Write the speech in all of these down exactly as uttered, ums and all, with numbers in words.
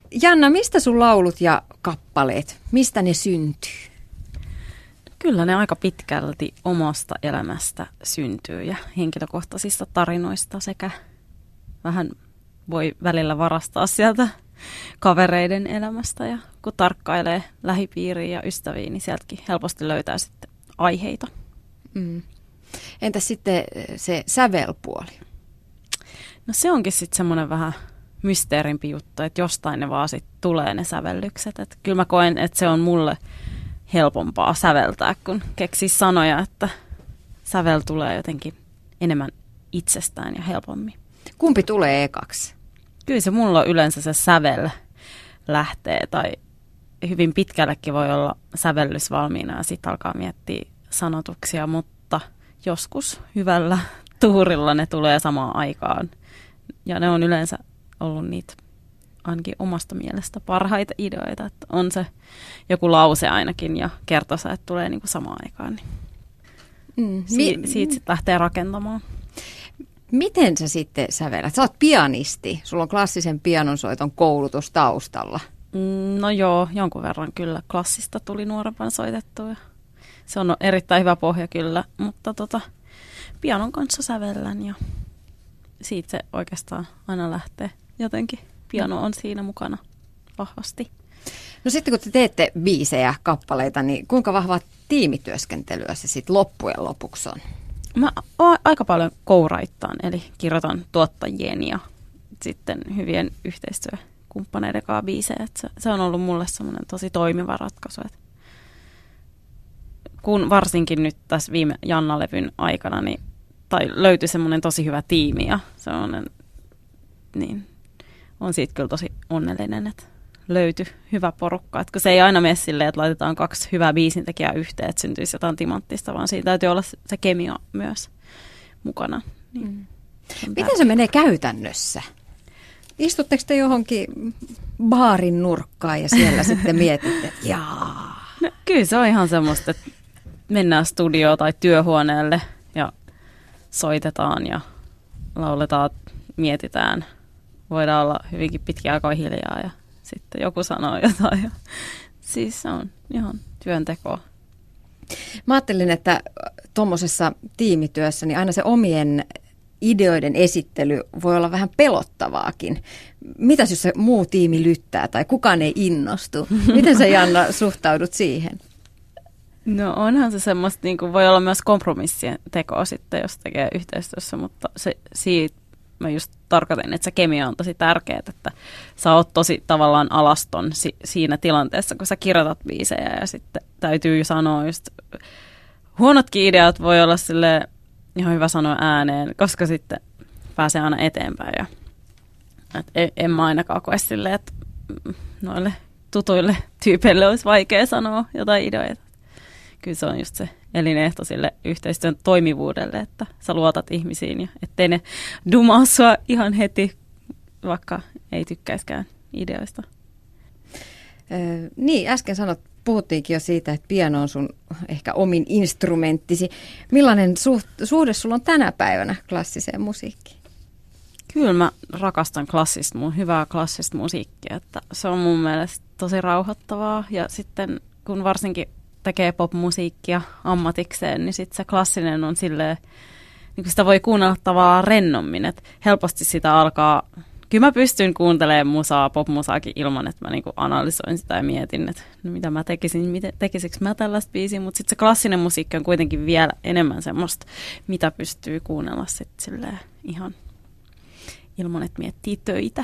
Janna, mistä sun laulut ja kappaleet, mistä ne syntyy? Kyllä ne aika pitkälti omasta elämästä syntyy ja henkilökohtaisista tarinoista sekä vähän voi välillä varastaa sieltä kavereiden elämästä ja kun tarkkailee lähipiiriä ja ystäviä, niin sieltäkin helposti löytää sitten aiheita. Mm. Entäs sitten se sävelpuoli? No se onkin sitten semmoinen vähän mysteerimpi juttu, että jostain ne vaan sitten tulee ne sävellykset. Et kyllä mä koen, että se on mulle helpompaa säveltää, kun keksii sanoja, että sävel tulee jotenkin enemmän itsestään ja helpommin. Kumpi tulee ekaksi? Kyllä se mulla on yleensä se sävel lähtee tai hyvin pitkällekin voi olla sävellys valmiina ja sitten alkaa miettiä sanotuksia, mutta joskus hyvällä tuurilla ne tulee samaan aikaan. Ja ne on yleensä ollut niitä ainakin omasta mielestä parhaita ideoita, että on se joku lause ainakin ja kertosa, että tulee niinku samaan aikaan. Niin mm. si- siitä sitten lähtee rakentamaan. Miten sä sitten sävelät? Sä oot pianisti, sulla on klassisen pianonsoiton koulutus taustalla. Mm, no joo, jonkun verran kyllä klassista tuli nuorempana soitettua. Se on erittäin hyvä pohja kyllä, mutta tota, pianon kanssa sävellän ja siitä se oikeastaan aina lähtee jotenkin. Piano on siinä mukana vahvasti. No sitten kun te teette biisejä, kappaleita, niin kuinka vahvaa tiimityöskentelyä se sitten loppujen lopuksi on? Mä oon aika paljon kouraittaan, eli kirjoitan tuottajien ja sitten hyvien yhteistyökumppaneiden kanssa biisejä. Se, se on ollut mulle semmoinen tosi toimiva ratkaisu. Et kun varsinkin nyt tässä viime Janna-levyn aikana, niin, tai löytyi semmoinen tosi hyvä tiimi ja semmoinen, niin on siitä kyllä tosi onnellinen, että löytyi hyvä porukka. Että kun se ei aina mene silleen, että laitetaan kaksi hyvää biisintekijää yhteen, että syntyisi jotain timanttista, vaan siinä täytyy olla se kemia myös mukana. Niin mm. Miten se menee käytännössä? Istutteko te johonkin baarin nurkkaan ja siellä sitten mietitte, että jaa? No, kyllä se on ihan semmoista, että mennään studioon tai työhuoneelle ja soitetaan ja lauletaan, mietitään. Voidaan olla hyvinkin pitkiä aikaa hiljaa ja sitten joku sanoo jotain. Ja siis se on ihan työntekoa. Mä ajattelin, että tuommoisessa tiimityössä niin aina se omien ideoiden esittely voi olla vähän pelottavaakin. Mitäs jos se muu tiimi lyttää tai kukaan ei innostu? Miten sä, Janna, suhtaudut siihen? No onhan se semmoista, niin kuin voi olla myös kompromissien tekoa sitten, jos tekee yhteistyössä, mutta se, siitä mä just tarkoitin, että se kemia on tosi tärkeää, että sä oot tosi tavallaan alaston si- siinä tilanteessa, kun sä kirjoitat biisejä ja sitten täytyy sanoa just, huonotkin ideat voi olla sille ihan hyvä sanoa ääneen, koska sitten pääsee aina eteenpäin ja et en, en mä ainakaan koe silleen, että noille tutuille tyypeille olisi vaikea sanoa jotain ideoita. Kyllä se on just se elinehto sille yhteistyön toimivuudelle, että sä luotat ihmisiin ja ettei ne dumaa sua ihan heti, vaikka ei tykkäiskään ideoista. Öö, niin, äsken sanot, puhuttiinkin jo siitä, että piano on sun ehkä omin instrumenttisi. Millainen suht, suhde sulla on tänä päivänä klassiseen musiikkiin? Kyllä mä rakastan klassista, hyvää klassista musiikkia, että se on mun mielestä tosi rauhoittavaa ja sitten kun varsinkin tekee popmusiikkia ammatikseen, niin sitten se klassinen on silleen, niin kuin sitä voi kuunnella tavallaan rennommin, että helposti sitä alkaa, kyllä mä pystyn kuuntelemaan musaa, popmusaakin ilman, että mä niinku analysoin sitä ja mietin, että no mitä mä tekisin, miten, tekisikö mä tällaista biisiä, mutta sitten se klassinen musiikki on kuitenkin vielä enemmän semmoista, mitä pystyy kuunnella sitten silleen ihan ilman, että miettii töitä.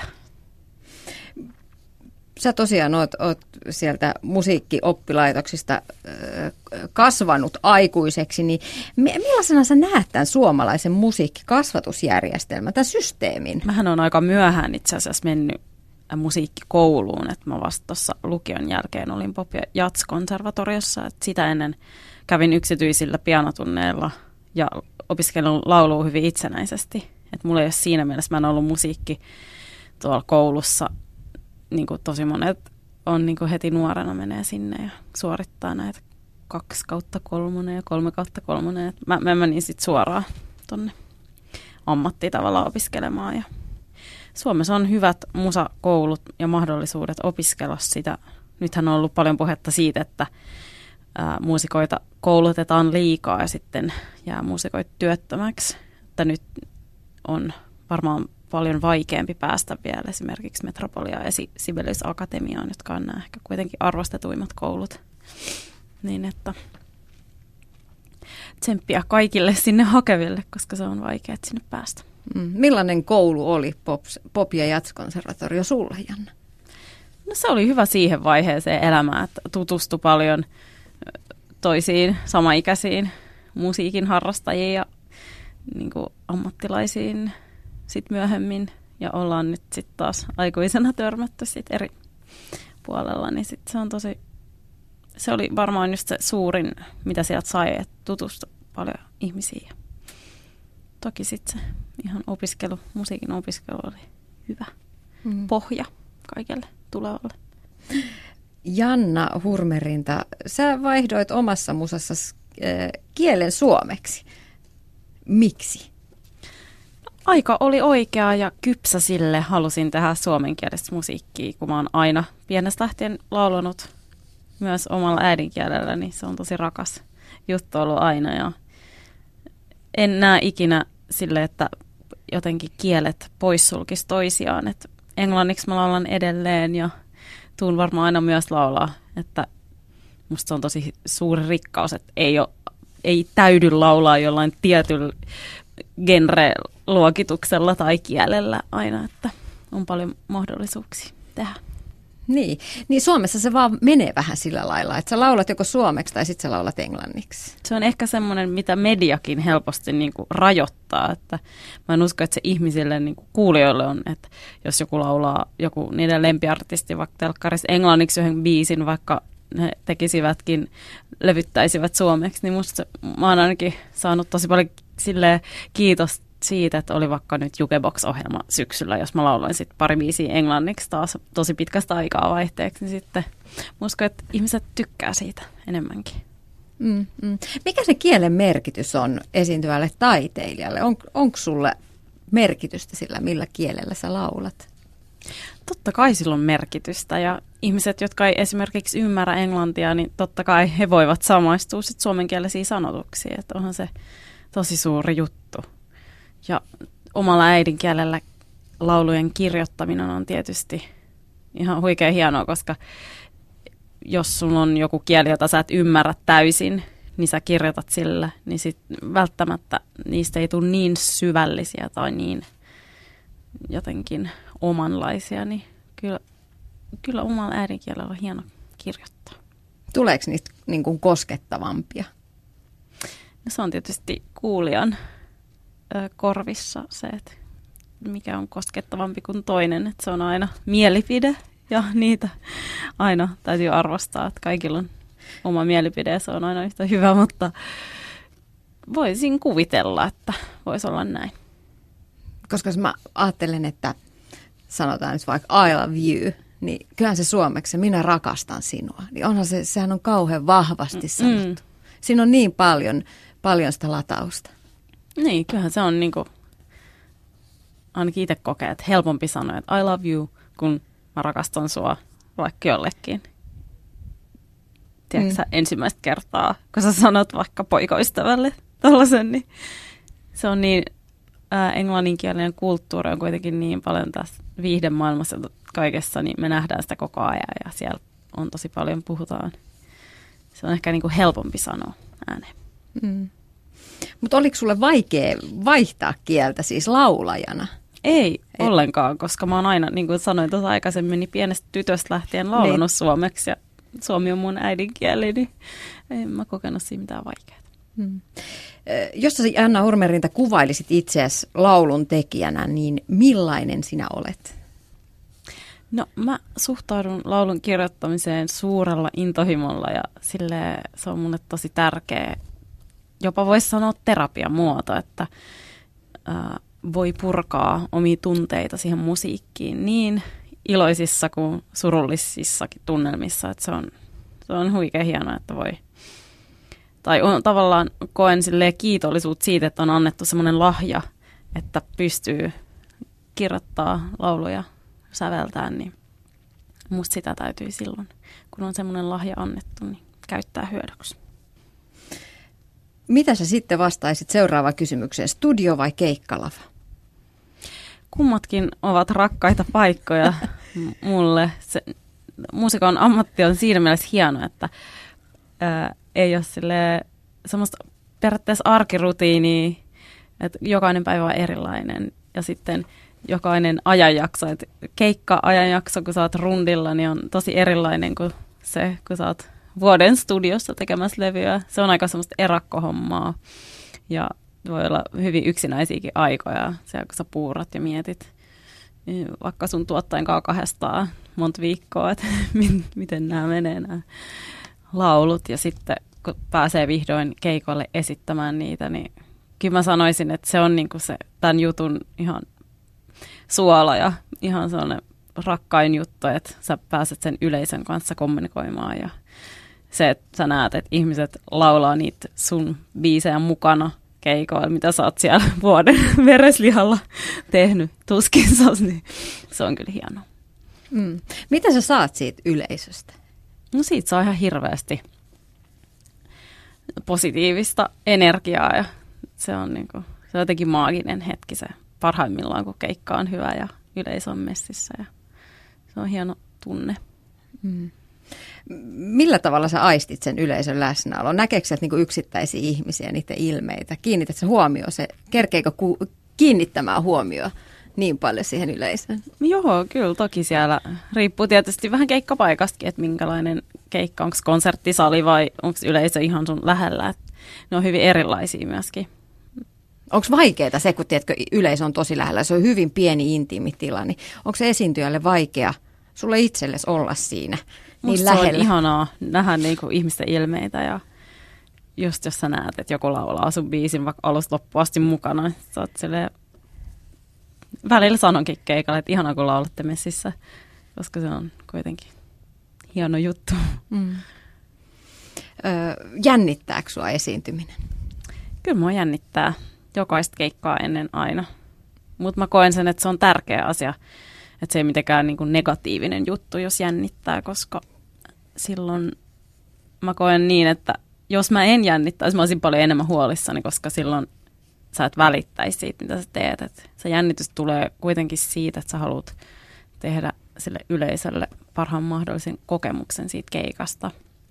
Sä tosiaan oot, oot sieltä musiikkioppilaitoksista kasvanut aikuiseksi, niin millaisena sä näet tämän suomalaisen musiikkikasvatusjärjestelmän, tämän systeemin? Mähän on aika myöhään itse asiassa mennyt musiikkikouluun, että mä vasta tuossa lukion jälkeen olin pop- ja jats-konservatoriossa, että sitä ennen kävin yksityisillä pianotunneilla ja opiskelin laulua hyvin itsenäisesti, että mulla ei ole siinä mielessä, mä en ollut musiikki tuolla koulussa. Niin kuin tosi monet on niin kuin heti nuorena menee sinne ja suorittaa näitä kaksi kautta kolmonen ja kolme kautta kolmonen. Mä, mä menin sitten suoraan tonne ammattiin tavallaan opiskelemaan. Ja Suomessa on hyvät musakoulut ja mahdollisuudet opiskella sitä. Nythän on ollut paljon puhetta siitä, että ää, muusikoita koulutetaan liikaa ja sitten jää muusikoita työttömäksi. Että nyt on varmaan paljon vaikeampi päästä vielä esimerkiksi Metropolia ja Sibelius Akatemiaan, jotka on nämä ehkä kuitenkin arvostetuimmat koulut. Niin että tsemppiä kaikille sinne hakeville, koska se on vaikea sinne päästä. Mm. Millainen koulu oli pop, pop- ja jazzkonservatorio sulle, Janna? No se oli hyvä siihen vaiheeseen elämään, että tutustui paljon toisiin samaikäisiin musiikin harrastajiin ja niin kuin ammattilaisiin sit myöhemmin. Ja ollaan nyt sitten taas aikuisena törmätty sit eri puolella, niin sit se on tosi, se oli varmaan just se suurin, mitä sieltä sai, että tutustui paljon ihmisiin. Toki sitten se ihan opiskelu, musiikin opiskelu oli hyvä mm. pohja kaikelle tulevalle. Janna Hurmerinta, sä vaihdoit omassa musassa äh, kielen suomeksi. Miksi? Aika oli oikea ja kypsä sille. Halusin tehdä suomenkielistä musiikkia, kun mä oon aina pienestä lähtien laulanut myös omalla äidinkielellä, niin se on tosi rakas juttu ollut aina. Ja en näe ikinä sille, että jotenkin kielet poissulkisi toisiaan. Et englanniksi mä laulan edelleen ja tuun varmaan aina myös laulaa, että musta se on tosi suuri rikkaus, että ei, ole, ei täydy laulaa jollain tietyllä genre-luokituksella tai kielellä aina, että on paljon mahdollisuuksia tehdä. Niin. niin, Suomessa se vaan menee vähän sillä lailla, että sä laulat joko suomeksi tai sitten sä laulat englanniksi. Se on ehkä semmoinen, mitä mediakin helposti niin kuin rajoittaa, että mä en usko, että se ihmisille niin kuin kuulijoille on, että jos joku laulaa, joku niiden lempiartisti vaikka telkkarissa englanniksi yhden biisin, vaikka ne tekisivätkin, levyttäisivät suomeksi, niin musta se, mä oon ainakin saanut tosi paljon silleen kiitosta siitä, että oli vaikka nyt Jukebox-ohjelma syksyllä, jos mä lauloin sitten pari biisiä englanniksi taas tosi pitkästä aikaa vaihteeksi, niin sitten uskon, että ihmiset tykkää siitä enemmänkin. Mm, mm. Mikä se kielen merkitys on esiintyvälle taiteilijalle? On, onko sulle merkitystä sillä, millä kielellä sä laulat? Totta kai sillä on merkitystä ja ihmiset, jotka ei esimerkiksi ymmärrä englantia, niin totta kai he voivat samaistua sit suomenkielisiin sanotuksiin, että onhan se tosi suuri juttu. Ja omalla äidinkielellä laulujen kirjoittaminen on tietysti ihan huikea hienoa, koska jos sulla on joku kieli, jota sä et ymmärrä täysin, niin sä kirjoitat sillä, niin sit välttämättä niistä ei tule niin syvällisiä tai niin jotenkin omanlaisia, niin kyllä, kyllä omalla äidinkielellä on hieno kirjoittaa. Tuleeko niistä niin kuin koskettavampia? No se on tietysti kuulijan korvissa se, että mikä on koskettavampi kuin toinen, että se on aina mielipide ja niitä aina täytyy arvostaa, että kaikilla on oma mielipide ja se on aina yhtä hyvä, mutta voisin kuvitella, että voisi olla näin. Koska jos mä ajattelen, että sanotaan nyt vaikka I love you, niin kyllähän se suomeksi, minä rakastan sinua, niin onhan se, sehän on kauhean vahvasti sanottu. Mm. Siinä on niin paljon, paljon sitä latausta. Niin, kyllähän se on niinku, ainakin itse kokee, että helpompi sanoa, että I love you, kun mä rakastan sua vaikka jollekin. Tiedätkö mm. ensimmäistä kertaa, kun sä sanot vaikka poikaystävälle tollasen, niin se on niin, ää, englanninkielinen kulttuuri on kuitenkin niin paljon tässä viihdemaailmassa kaikessa, niin me nähdään sitä koko ajan ja siellä on tosi paljon puhutaan. Se on ehkä niinku helpompi sanoa ääneen. Mm. Mutta oliko sulle vaikea vaihtaa kieltä siis laulajana? Ei Et. ollenkaan, koska mä oon aina, niin kuin sanoin tuossa aikaisemmin, niin pienestä tytöstä lähtien laulanut niin. suomeksi ja suomi on mun äidinkieli, niin en mä kokenut siinä mitään vaikeaa. Hmm. Jos sä, Janna Hurmerinta, kuvailisit itseäsi laulun tekijänä, niin millainen sinä olet? No mä suhtaudun laulun kirjoittamiseen suurella intohimolla ja silleen se on mulle tosi tärkeä. Jopa voisi sanoa terapiamuoto, että ää, voi purkaa omia tunteita siihen musiikkiin niin iloisissa kuin surullisissakin tunnelmissa. Että se on, se on huikea hienoa, että voi, tai on, tavallaan koen silleen kiitollisuutta siitä, että on annettu semmoinen lahja, että pystyy kirjoittaa lauluja, säveltää, niin musta sitä täytyy silloin, kun on semmoinen lahja annettu, niin käyttää hyödyksi. Mitä sä sitten vastaisit seuraavaan kysymykseen, studio vai keikkalava? Kummatkin ovat rakkaita paikkoja mulle. Se, muusikon ammatti on siinä mielessä hieno, että ää, ei ole silleen, semmoista periaatteessa arkirutiinia, että jokainen päivä on erilainen ja sitten jokainen ajanjakso, että keikka-ajanjakso, kun sä oot rundilla, niin on tosi erilainen kuin se, kun sä oot vuoden studiossa tekemässä levyä. Se on aika semmoista erakkohommaa ja voi olla hyvin yksinäisiäkin aikoja, siellä kun sä puurat ja mietit vaikka sun tuottajan kanssa kahdestaan monta viikkoa, että miten nämä menee nämä laulut ja sitten kun pääsee vihdoin keikoille esittämään niitä, niin kyllä mä sanoisin, että se on niinku se tämän jutun ihan suola ja ihan sellainen rakkain juttu, että sä pääset sen yleisön kanssa kommunikoimaan ja se, että sä näet, että ihmiset laulaa niitä sun biisejä mukana keikoilla, mitä sä oot siellä vuoden vereslihalla tehnyt tuskinsa, niin se on kyllä hienoa. Mm. Mitä sä saat siitä yleisöstä? No siitä saa ihan hirveästi positiivista energiaa ja se on, niinku, se on jotenkin maaginen hetki se parhaimmillaan, kun keikka on hyvä ja yleisö on messissä ja se on hieno tunne. Mm. Millä tavalla sä aistit sen yleisön läsnäolon? Näkeekö sä niinku yksittäisiä ihmisiä, niiden ilmeitä? Kiinnität sä huomioon se? Kerkeekö ku- kiinnittämään huomioon niin paljon siihen yleisöön? Joo, kyllä toki siellä riippuu tietysti vähän keikkapaikastakin, että minkälainen keikka, onko konserttisali vai onko yleisö ihan sun lähellä. Et ne on hyvin erilaisia myöskin. Onko vaikeaa se, kun tiedätkö, yleisö on tosi lähellä, se on hyvin pieni intiimi tila, niin onko se esiintyjälle vaikea sulle itsellesi olla siinä niin musta lähellä? Se on ihanaa nähdä niinku ihmisten ilmeitä ja just jos sä näet, että joku laulaa sun biisin vaikka alusta loppuun asti mukana, niin sä oot silleen, välillä sanonkin keikalle, että ihanaa kun laulatte messissä, koska se on kuitenkin hieno juttu. Mm. Öö, jännittääkö sua esiintyminen? Kyllä mua jännittää jokaista keikkaa ennen aina, mutta mä koen sen, että se on tärkeä asia, että se ei mitenkään niin kuin negatiivinen juttu, jos jännittää, koska silloin mä koen niin, että jos mä en jännittäisi, mä olisin paljon enemmän huolissani, koska silloin sä et välittäisi siitä, mitä sä teet. Et se jännitys tulee kuitenkin siitä, että sä haluat tehdä sille yleisölle parhaan mahdollisen kokemuksen siitä keikasta.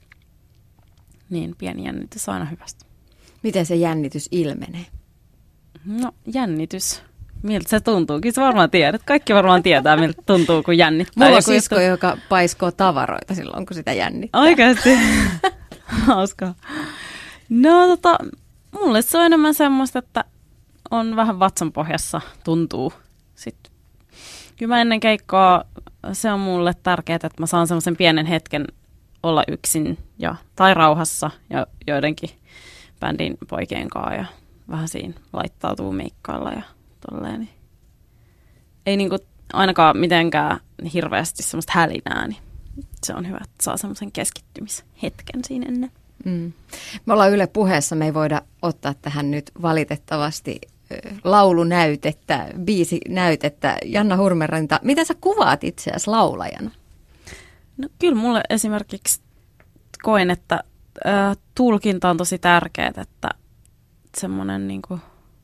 Niin pieni jännitys on aina hyvästä. Miten se jännitys ilmenee? No jännitys. Miltä se tuntuu? Kyllä sä varmaan tiedät. Kaikki varmaan tietää, miltä tuntuu, kun jännittää. Mulla on sisko, juttu, joka paiskoo tavaroita silloin, kun sitä jännittää. Oikeasti? Hauskaa. No tota, mulle se on enemmän semmoista, että on vähän vatsan pohjassa, tuntuu. Sitten, kyllä mä ennen keikkaa, se on mulle tärkeää, että mä saan semmoisen pienen hetken olla yksin ja, tai rauhassa ja joidenkin bändin poikien kanssa ja vähän siinä laittautuu meikkailla ja tolleen. Niin ei niinku ainakaan mitenkään hirveästi semmoista hälinää, niin se on hyvä, että saa semmoisen keskittymishetken siinä ennen. Mm. Me ollaan Yle Puheessa, me ei voida ottaa tähän nyt valitettavasti laulunäytettä, biisinäytettä. Janna Hurmeranta, mitä sä kuvaat itseäsi laulajana? No kyllä mulle esimerkiksi koen, että ä, tulkinta on tosi tärkeää, että semmoinen niinku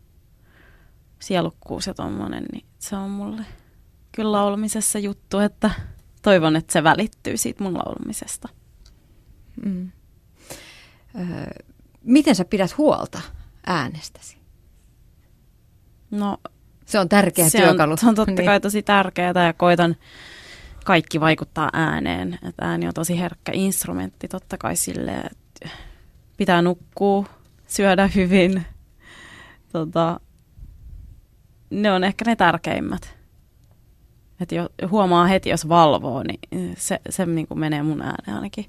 sielukkuus ja tommonen, niin se on mulle kyllä laulamisessa juttu, että toivon, että se välittyy siitä mun laulamisesta. Mm. Öö, miten sä pidät huolta äänestäsi? No, se on tärkeä se työkalu. On, se on totta kai niin. Tosi tärkeää ja koitan kaikki vaikuttaa ääneen. Et ääni on tosi herkkä instrumentti totta kai silleen, että pitää nukkua, syödä hyvin. Tota, ne on ehkä ne tärkeimmät. Et jo, huomaa heti, jos valvoo, niin se, se niin kuin menee mun ääneen ainakin.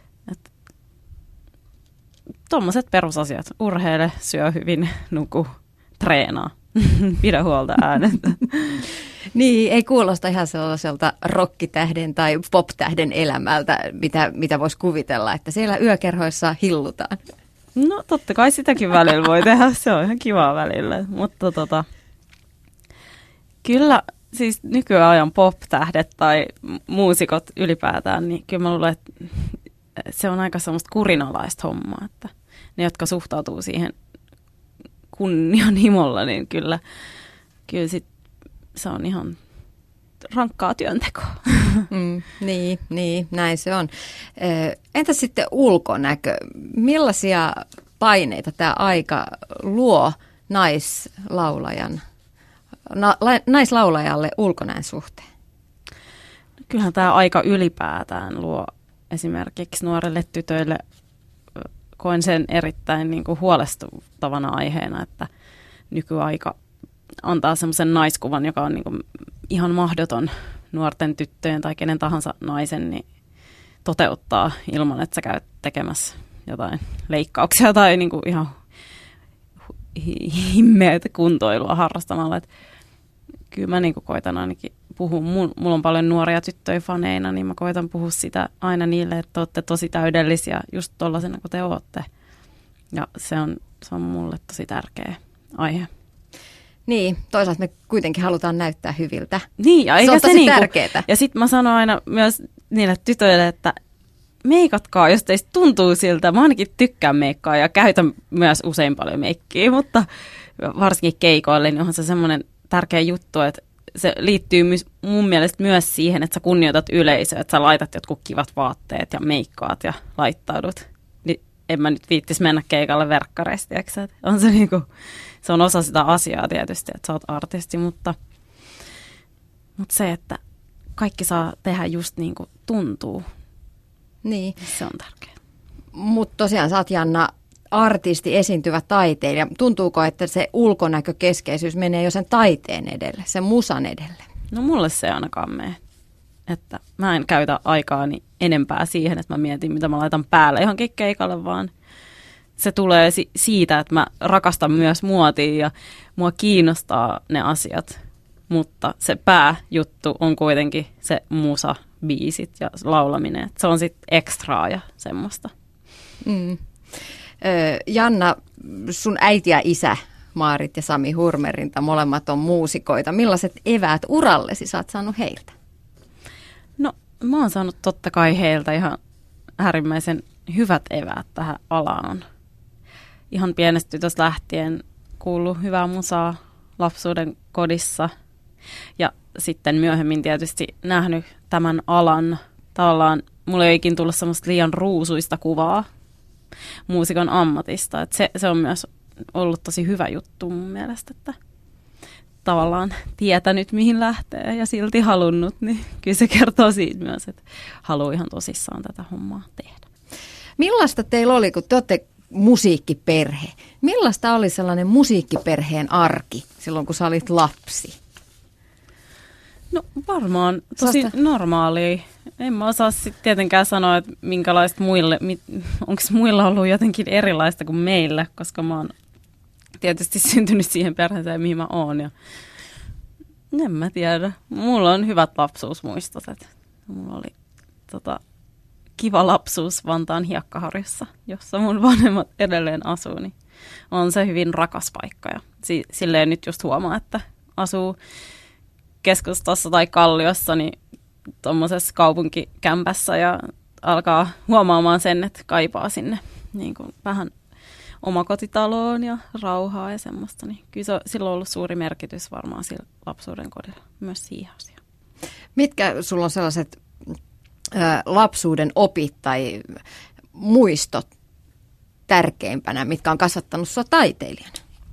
Tuommoiset perusasiat. Urheile, syö hyvin, nuku, treenaa. Pidä huolta äänestä. Niin, ei kuulosta ihan sellaiselta rokkitähden tai pop-tähden elämältä, mitä, mitä voisi kuvitella, että siellä yökerhoissa hillutaan. No totta kai sitäkin välillä voi tehdä, se on ihan kivaa välillä. Mutta tota, kyllä siis nykyajan pop-tähdet tai muusikot ylipäätään, niin kyllä mä luulen, että se on aika semmoista kurinalaista hommaa, että ne, jotka suhtautuu siihen kunnianhimolla, niin kyllä, kyllä sit se on ihan rankkaa työntekoa. Mm, niin, niin, näin se on. Entä sitten ulkonäkö? Millaisia paineita tämä aika luo naislaulajan, na, naislaulajalle ulkonäön suhteen? Kyllähän tämä aika ylipäätään luo esimerkiksi nuorille tytöille, koen sen erittäin niin kuin huolestuttavana aiheena, että nykyaika antaa semmoisen naiskuvan, joka on niin kuin ihan mahdoton nuorten tyttöjen tai kenen tahansa naisen niin toteuttaa ilman, että sä käyt tekemässä jotain leikkauksia tai niin kuin ihan himmeitä kuntoilua harrastamalla. Et kyllä mä niin kuin koitan ainakin puhua, mulla on paljon nuoria tyttöjä faneina, niin mä koitan puhua sitä aina niille, että te olette tosi täydellisiä just tollasena kuin te olette. Ja se on, se on mulle tosi tärkeä aihe. Niin, toisaalta me kuitenkin halutaan näyttää hyviltä. Niin, ja eikä se on tosi se niin tärkeää. Ja sitten mä sanon aina myös niille tytöille, että meikatkaa, jos teistä tuntuu siltä. Mä ainakin tykkään meikkaa ja käytän myös usein paljon meikkiä, mutta varsinkin keikoille, niin onhan se semmoinen tärkeä juttu, että se liittyy mun mielestä myös siihen, että sä kunnioitat yleisöä, että sä laitat jotkut kivat vaatteet ja meikkaat ja laittaudut. Niin en mä nyt viittisi mennä keikalle verkkareista, että on se niinku, se on osa sitä asiaa tietysti, että sä oot artisti, mutta, mutta se, että kaikki saa tehdä just niin kuin tuntuu, niin. Se on tärkeää. Mutta tosiaan sä oot, Janna, artisti, esiintyvä taiteilija. Tuntuuko, että se ulkonäkökeskeisyys menee jo sen taiteen edelle, sen musan edelle? No mulle se ainakaan mene. Että mä en käytä aikaani enempää siihen, että mä mietin, mitä mä laitan päälle johonkin keikalle, vaan se tulee si- siitä, että mä rakastan myös muotia ja mua kiinnostaa ne asiat. Mutta se pääjuttu on kuitenkin se musa, biisit ja laulaminen. Et se on sitten ekstraa ja semmoista. Mm. Janna, sun äiti ja isä, Maarit ja Sami Hurmerinta, molemmat on muusikoita. Millaiset eväät urallesi sä oot saanut heiltä? No, mä oon saanut totta kai heiltä ihan äärimmäisen hyvät eväät tähän alaan. Ihan pienestä tytöstä lähtien kuullut hyvää musaa lapsuuden kodissa. Ja sitten myöhemmin tietysti nähnyt tämän alan. Tavallaan mulla ei ikin tullut semmoista liian ruusuista kuvaa muusikon ammatista. Et se, se on myös ollut tosi hyvä juttu mun mielestä, että tavallaan tietänyt mihin lähtee ja silti halunnut, niin kyllä se kertoo siitä myös, että haluaa ihan tosissaan tätä hommaa tehdä. Millaista teillä oli, kun te olette musiikkiperhe? Millaista oli sellainen musiikkiperheen arki silloin, kun sä olit lapsi? No varmaan tosi Sasta. normaalia. En mä osaa sitten tietenkään sanoa, että minkälaista muille, onko muilla ollut jotenkin erilaista kuin meillä, koska mä oon tietysti syntynyt siihen perheeseen, mihin mä oon. Ja en mä tiedä. Mulla on hyvät lapsuusmuistot. Että mulla oli tota, kiva lapsuus Vantaan Hiekkaharjussa, jossa mun vanhemmat edelleen asuu. Niin on se hyvin rakas paikka. Ja si- silleen nyt just huomaa, että asuu keskustassa tai Kalliossa, niin tuommoisessa kaupunkikämpässä ja alkaa huomaamaan sen, että kaipaa sinne niin kuin vähän omakotitaloon ja rauhaa ja semmoista. Niin kyllä se, sillä on ollut suuri merkitys varmaan sillä lapsuuden kodilla myös siihen asiaan. Mitkä sulla on sellaiset ä, lapsuuden opit tai muistot tärkeimpänä, mitkä on kasvattanut sua taiteilijana?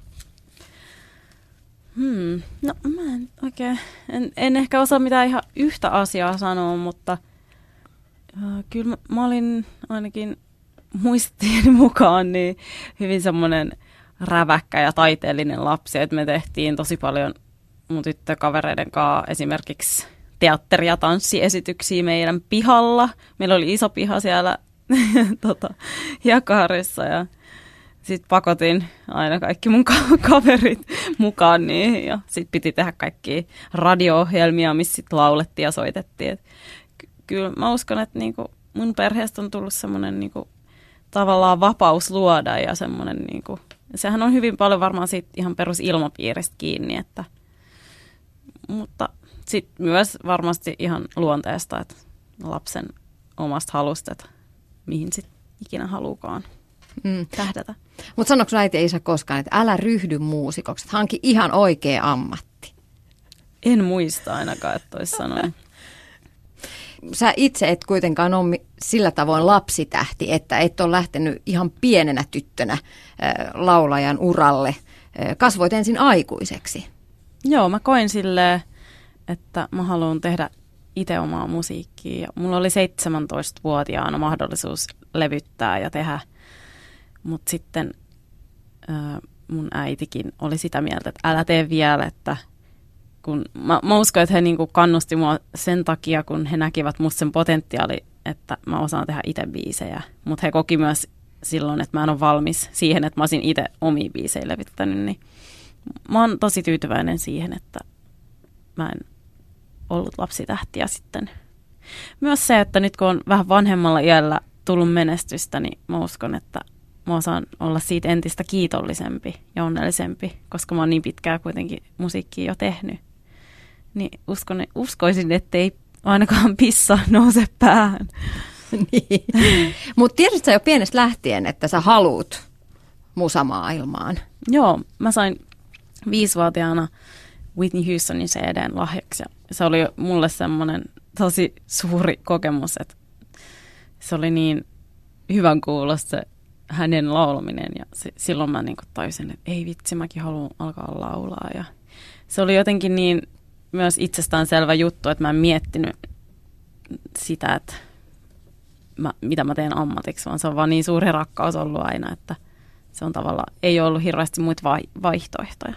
Hmm. No mä en oikein, en, en ehkä osaa mitään ihan yhtä asiaa sanoa, mutta äh, kyllä mä, mä olin ainakin muistini mukaan niin hyvin semmoinen räväkkä ja taiteellinen lapsi, että me tehtiin tosi paljon mun tyttökavereiden kanssa esimerkiksi teatteri- ja tanssiesityksiä meidän pihalla. Meillä oli iso piha siellä tota, Hiekkaharjussa ja sitten pakotin aina kaikki mun kaverit mukaan niihin ja sitten piti tehdä kaikkia radio-ohjelmia, missä sitten laulettiin ja soitettiin. Et ky- kyllä mä uskon, että niinku mun perheestä on tullut semmoinen niinku tavallaan vapaus luoda ja semmoinen, niinku, sehän on hyvin paljon varmaan siitä ihan perusilmapiiristä kiinni, että, mutta sitten myös varmasti ihan luonteesta, että lapsen omasta halusta, että mihin sitten ikinä haluukaan mm. tähdätä. Mutta sanoiko sun äiti ja isä koskaan, että älä ryhdy muusikoksi, että hanki ihan oikea ammatti? En muista ainakaan, että olisi sanonut. Sä itse et kuitenkaan ole sillä tavoin lapsitähti, että et ole lähtenyt ihan pienenä tyttönä laulajan uralle. Kasvoit ensin aikuiseksi. Joo, mä koin silleen, että mä haluan tehdä itse omaa musiikkia. Ja mulla oli seitsemäntoistavuotiaana mahdollisuus levyttää ja tehdä, mutta sitten äh, mun äitikin oli sitä mieltä, että älä tee vielä, että kun mä, mä uskon, että he niinku kannusti mua sen takia, kun he näkivät musta sen potentiaali, että mä osaan tehdä itse biisejä. Mutta he koki myös silloin, että mä en ole valmis siihen, että mä olisin itse omia biisejä levittänyt. Niin mä oon tosi tyytyväinen siihen, että mä en ollut lapsitähtiä sitten. Myös se, että nyt kun on vähän vanhemmalla iällä tullut menestystä, niin mä uskon, että mä osaan olla siitä entistä kiitollisempi ja onnellisempi, koska mä oon niin pitkään kuitenkin musiikkia jo tehnyt. Niin uskon, uskoisin, ettei ainakaan pissa nouse päähän. Niin. Mutta tiedätkö sä jo pienestä lähtien, että sä haluut musamaailmaan? Joo, mä sain viisivuotiaana Whitney Houstonin C D:n lahjaksi. Se oli mulle semmoinen tosi suuri kokemus, että se oli niin hyvän kuulosta se hänen laulaminen. Ja se, silloin mä niin kuin tajusin, että ei vitsi, mäkin haluan alkaa laulaa. Ja se oli jotenkin niin myös itsestäänselvä juttu, että mä en miettinyt sitä, että mä, mitä mä teen ammatiksi, vaan se on vaan niin suuri rakkaus ollut aina, että se on tavallaan, ei ollut hirveästi muita vai, vaihtoehtoja.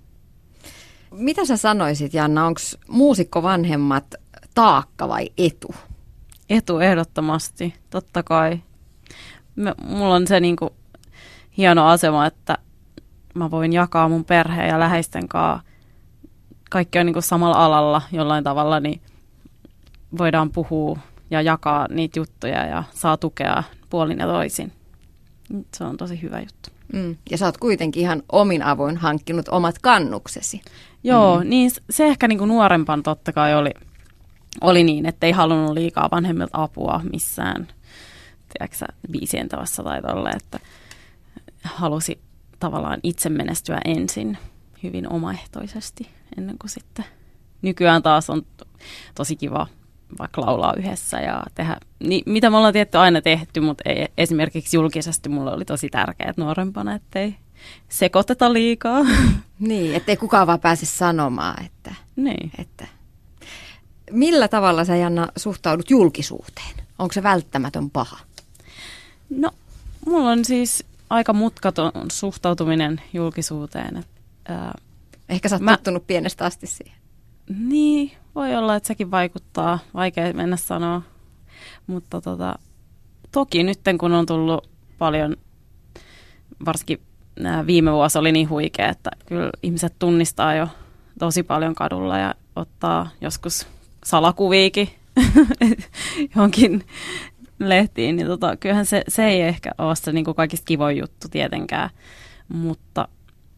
Mitä sä sanoisit, Janna, onko muusikko-vanhemmat taakka vai etu? Etu ehdottomasti, totta kai. Me, mulla on se niinku hieno asema, että mä voin jakaa mun perheen ja läheisten kanssa. Kaikki on niinku samalla alalla jollain tavalla, niin voidaan puhua ja jakaa niitä juttuja ja saa tukea puolin ja toisin. Se on tosi hyvä juttu. Mm. Ja sä oot kuitenkin ihan omin avoin hankkinut omat kannuksesi. Joo, mm. niin se ehkä niinku nuorempan totta kai oli, oli niin, että ei halunnut liikaa vanhemmilta apua missään, tiedätkö, biisien tavassa tai tolle, että halusi tavallaan itse menestyä ensin hyvin omaehtoisesti ennen kuin sitten. Nykyään taas on tosi kiva vaikka laulaa yhdessä ja tehdä, niin, mitä me ollaan tietty aina tehty, mutta ei, esimerkiksi julkisesti mulle oli tosi tärkeää nuorempana, ettei sekoiteta liikaa. Niin, ettei kukaan vaan pääse sanomaan, että, niin. että. Millä tavalla sä, Janna, suhtaudut julkisuuteen? Onko se välttämätön paha? No, mulla on siis aika mutkaton suhtautuminen julkisuuteen. Että, ää, Ehkä sä oot mä, tottunut pienestä asti siihen. Niin, voi olla, että sekin vaikuttaa. Vaikea mennä sanoa. Mutta tota, toki nyt kun on tullut paljon, varsinkin nämä viime vuosi oli niin huikea, että kyllä ihmiset tunnistaa jo tosi paljon kadulla ja ottaa joskus salakuviikin johonkin lehtiin. Niin tota, kyllähän se, se ei ehkä ole se niin kuin kaikista kivoin juttu tietenkään, mutta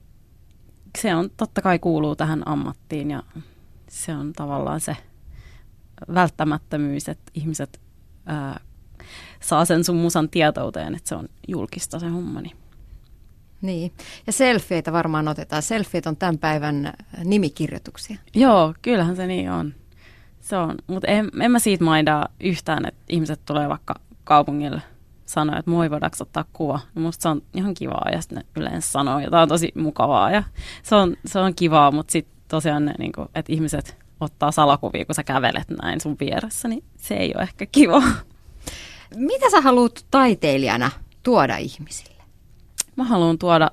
se on totta kai kuuluu tähän ammattiin ja se on tavallaan se välttämättömyys, että ihmiset ää, saa sen sun musan tietouteen, että se on julkista se hommani. Niin, ja selfieitä varmaan otetaan. Selfiet on tämän päivän nimikirjoituksia. Joo, kyllähän se niin on. Se on, mutta en, en mä siitä mainita yhtään, että ihmiset tulee vaikka kaupungille sanoa, että moi, voidaanko ottaa kuva. No musta se on ihan kivaa ja sitten ne yleensä sanoo jotain tosi mukavaa ja se on, se on kivaa, mutta sitten tosiaan ne, niin kuin, että ihmiset ottaa salakuvia, kun sä kävelet näin sun vieressä, niin se ei ole ehkä kiva. Mitä sä haluat taiteilijana tuoda ihmisille? Mä haluan tuoda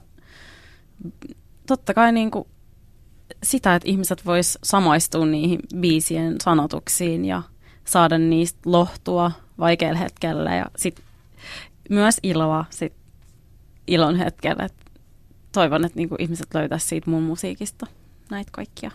totta kai niin kuin sitä, että ihmiset vois samaistua niihin biisien sanotuksiin ja saada niistä lohtua vaikealla hetkellä ja sit myös iloa sit ilon hetkellä. Et toivon, että niinku ihmiset löytäisivät siitä mun musiikista näitä kaikkia.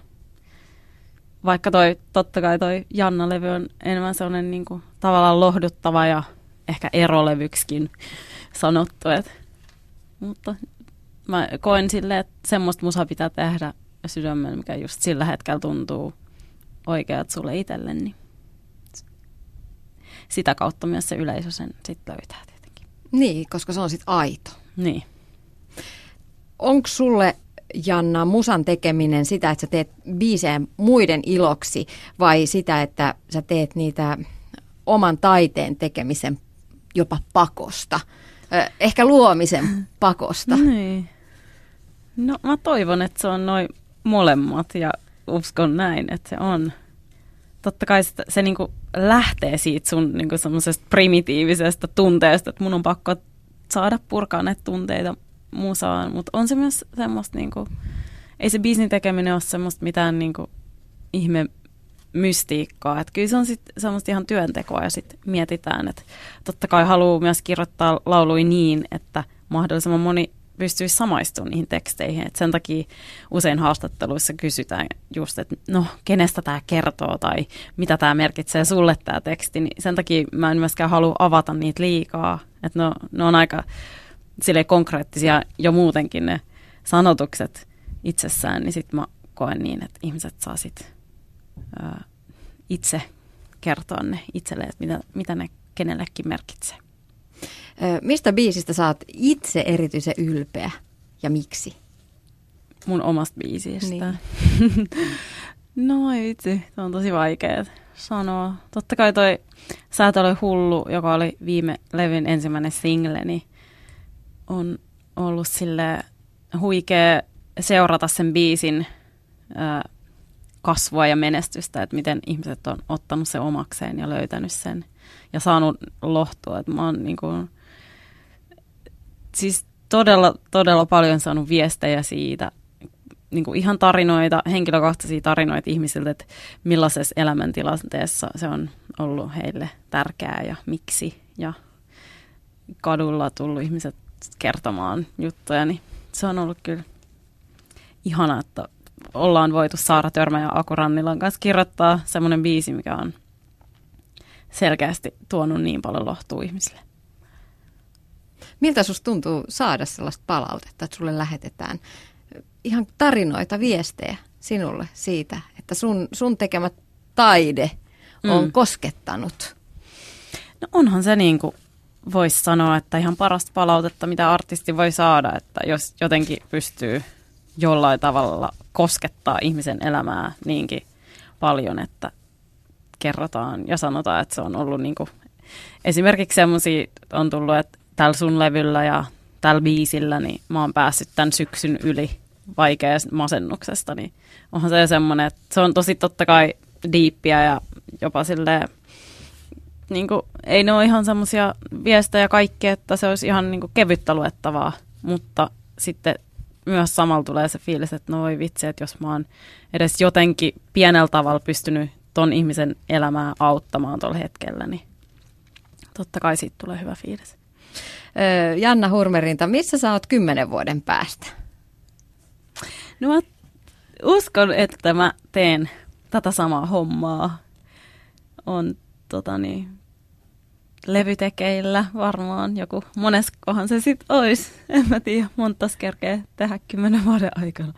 Vaikka toi, totta kai toi Janna-levy on enemmän sellainen niinku tavallaan lohduttava ja ehkä erolevyksikin sanottu. Et, mutta mä koen silleen, että semmoista musaa pitää tehdä sydämellä, mikä just sillä hetkellä tuntuu oikeat sulle itselle, niin sitä kautta myös se yleisö sen sitten löytää tietenkin. Niin, koska se on sitten aito. Niin. Onko sulle, Janna, musan tekeminen sitä, että sä teet biisejä muiden iloksi vai sitä, että sä teet niitä oman taiteen tekemisen jopa pakosta? Ehkä luomisen pakosta. Niin. No mä toivon, että se on noin molemmat ja uskon näin, että se on. Totta kai se, se niinku lähtee siitä sun niinku semmoisesta primitiivisestä tunteesta, että mun on pakko saada purkaa näitä tunteita musaan, mutta on se myös semmoista, niinku, ei se biisin tekeminen ole semmoista mitään niinku ihme mystiikkaa, että kyllä se on sitten semmoista ihan työntekoa ja sitten mietitään, että totta kai haluaa myös kirjoittaa lauluja niin, että mahdollisimman moni pystyisi samaistumaan niihin teksteihin, että sen takia usein haastatteluissa kysytään just, että no, kenestä tämä kertoo tai mitä tämä merkitsee sulle tämä teksti, niin sen takia mä en myöskään halua avata niitä liikaa, että no, ne on aika silleen konkreettisia jo muutenkin ne sanotukset itsessään, niin sitten mä koen niin, että ihmiset saa sitten ää, itse kertoa ne itselleen, että mitä, mitä ne kenellekin merkitsee. Mistä biisistä sä oot itse erityisen ylpeä ja miksi? Mun omasta biisistä. Niin. No ei vitsi, se on tosi vaikea sanoa. Totta kai toi Säätä oli hullu, joka oli viime levyn ensimmäinen single, niin on ollut sille huikea seurata sen biisin ää, kasvua ja menestystä, että miten ihmiset on ottanut sen omakseen ja löytänyt sen ja saanut lohtua. Että mä oon niin kuin, siis todella, todella paljon saanut viestejä siitä, niin kuin ihan tarinoita, henkilökohtaisia tarinoita ihmisiltä, että millaisessa elämäntilanteessa se on ollut heille tärkeää ja miksi. Ja kadulla tullut ihmiset kertomaan juttuja, niin se on ollut kyllä ihana, että ollaan voitu Saara Törmä ja Aku Rannilan kanssa kirjoittaa semmoinen biisi, mikä on selkeästi tuonut niin paljon lohtua ihmisille. Miltä susta tuntuu saada sellaista palautetta, että sulle lähetetään ihan tarinoita, viestejä sinulle siitä, että sun, sun tekemä taide on mm. koskettanut? No onhan se niin kuin voisi sanoa, että ihan parasta palautetta, mitä artisti voi saada, että jos jotenkin pystyy jollain tavalla koskettaa ihmisen elämää niinkin paljon, että kerrotaan ja sanotaan, että se on ollut niin kuin, esimerkiksi semmoisia on tullut, että tällä sun levyllä ja tällä biisillä, niin mä oon päässyt tämän syksyn yli vaikeasta masennuksesta, niin onhan se semmoinen, että se on tosi totta kai diippiä ja jopa silleen, niin kuin, ei ne ole ihan semmoisia viestejä kaikki, että se olisi ihan niin kuin kevyttä luettavaa, mutta sitten myös samalla tulee se fiilis, että no voi vitsi, että jos mä oon edes jotenkin pienellä tavalla pystynyt ton ihmisen elämää auttamaan tuolla hetkellä, niin totta kai siitä tulee hyvä fiilis. Janna Hurmerinta, missä sä oot kymmenen vuoden päästä? No mä uskon, että mä teen tätä samaa hommaa. On tota niin, levytekeillä varmaan joku, moneskohan se sitten olisi. En mä tiedä, monta kerkeä tehdä kymmenen vuoden aikana.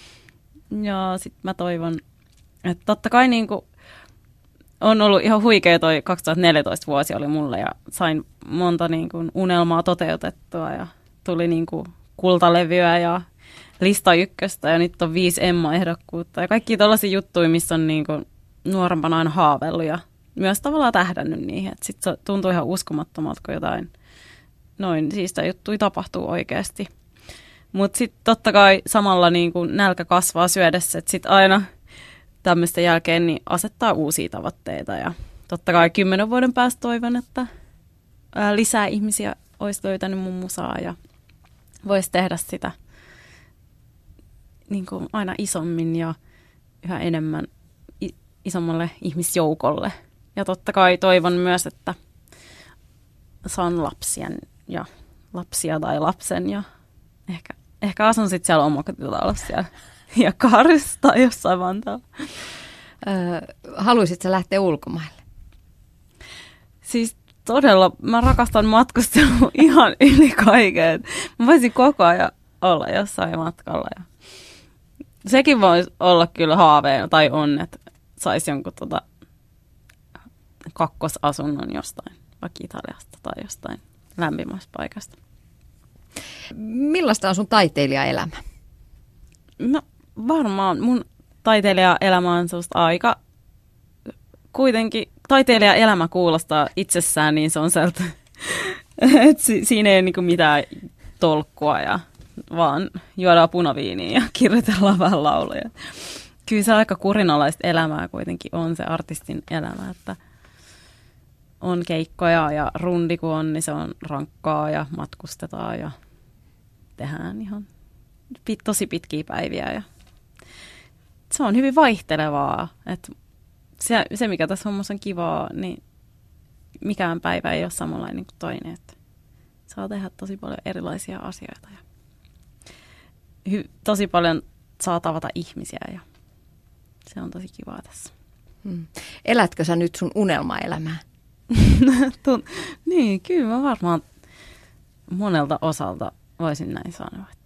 Ja sitten mä toivon, että totta kai niinku on ollut ihan huikea toi kaksituhattaneljätoista vuosi oli mulle ja sain monta niinku unelmaa toteutettua ja tuli niinku kultalevyä ja lista ykköstä ja nyt on viisi Emma-ehdokkuutta ja kaikki tällaisia juttuja, missä on niinku nuorempana aina haaveillut ja myös tavallaan tähdännyt niihin. Sitten se tuntuu ihan uskomattomalta, kun jotain noin siistä juttuja tapahtuu oikeasti. Mutta sitten totta kai samalla niinku nälkä kasvaa syödessä, että sitten aina tämmöisten jälkeen niin asettaa uusia tavoitteita. Ja totta kai kymmenen vuoden päästä toivon, että ää, lisää ihmisiä olisi löytänyt mun musaa ja voisi tehdä sitä niin kuin aina isommin ja yhä enemmän i- isommalle ihmisjoukolle. Ja totta kai toivon myös, että saan lapsia ja lapsia tai lapsen ja ehkä, ehkä asun sitten siellä omakotitalossa siellä ja Kaarissa tai jossain Vantaalla. Öö, haluaisitko lähteä ulkomaille? Siis todella, mä rakastan matkustelua ihan yli kaiken. Mä voisin koko ajan olla jossain matkalla. Ja sekin voisi olla kyllä haaveena tai on, että saisi jonkun tota, kakkosasunnon jostain, vaikka Italiasta tai jostain lämpimästä paikasta. Millaista on sun taiteilijaelämä? No varmaan mun taiteilijaelämä on sellaista aika, kuitenkin taiteilijaelämä kuulostaa itsessään niin se on sieltä, että si- siinä ei ole niinku mitään tolkkua ja vaan juodaan punaviiniä ja kirjoitellaan vähän lauluja. Kyllä se aika kurinalaista elämää kuitenkin on se artistin elämä, että on keikkoja ja rundi kun on, niin se on rankkaa ja matkustetaan ja tehdään ihan pit, tosi pitkiä päiviä. Ja se on hyvin vaihtelevaa. Että se, se, mikä tässä hommassa on kivaa, niin mikään päivä ei ole samanlainen kuin toinen. Että saa tehdä tosi paljon erilaisia asioita ja hy, tosi paljon saa tavata ihmisiä ja se on tosi kivaa tässä. Hmm. Elätkö sä nyt sun unelmaelämää? Niin, kyllä mä varmaan monelta osalta voisin näin sanoa.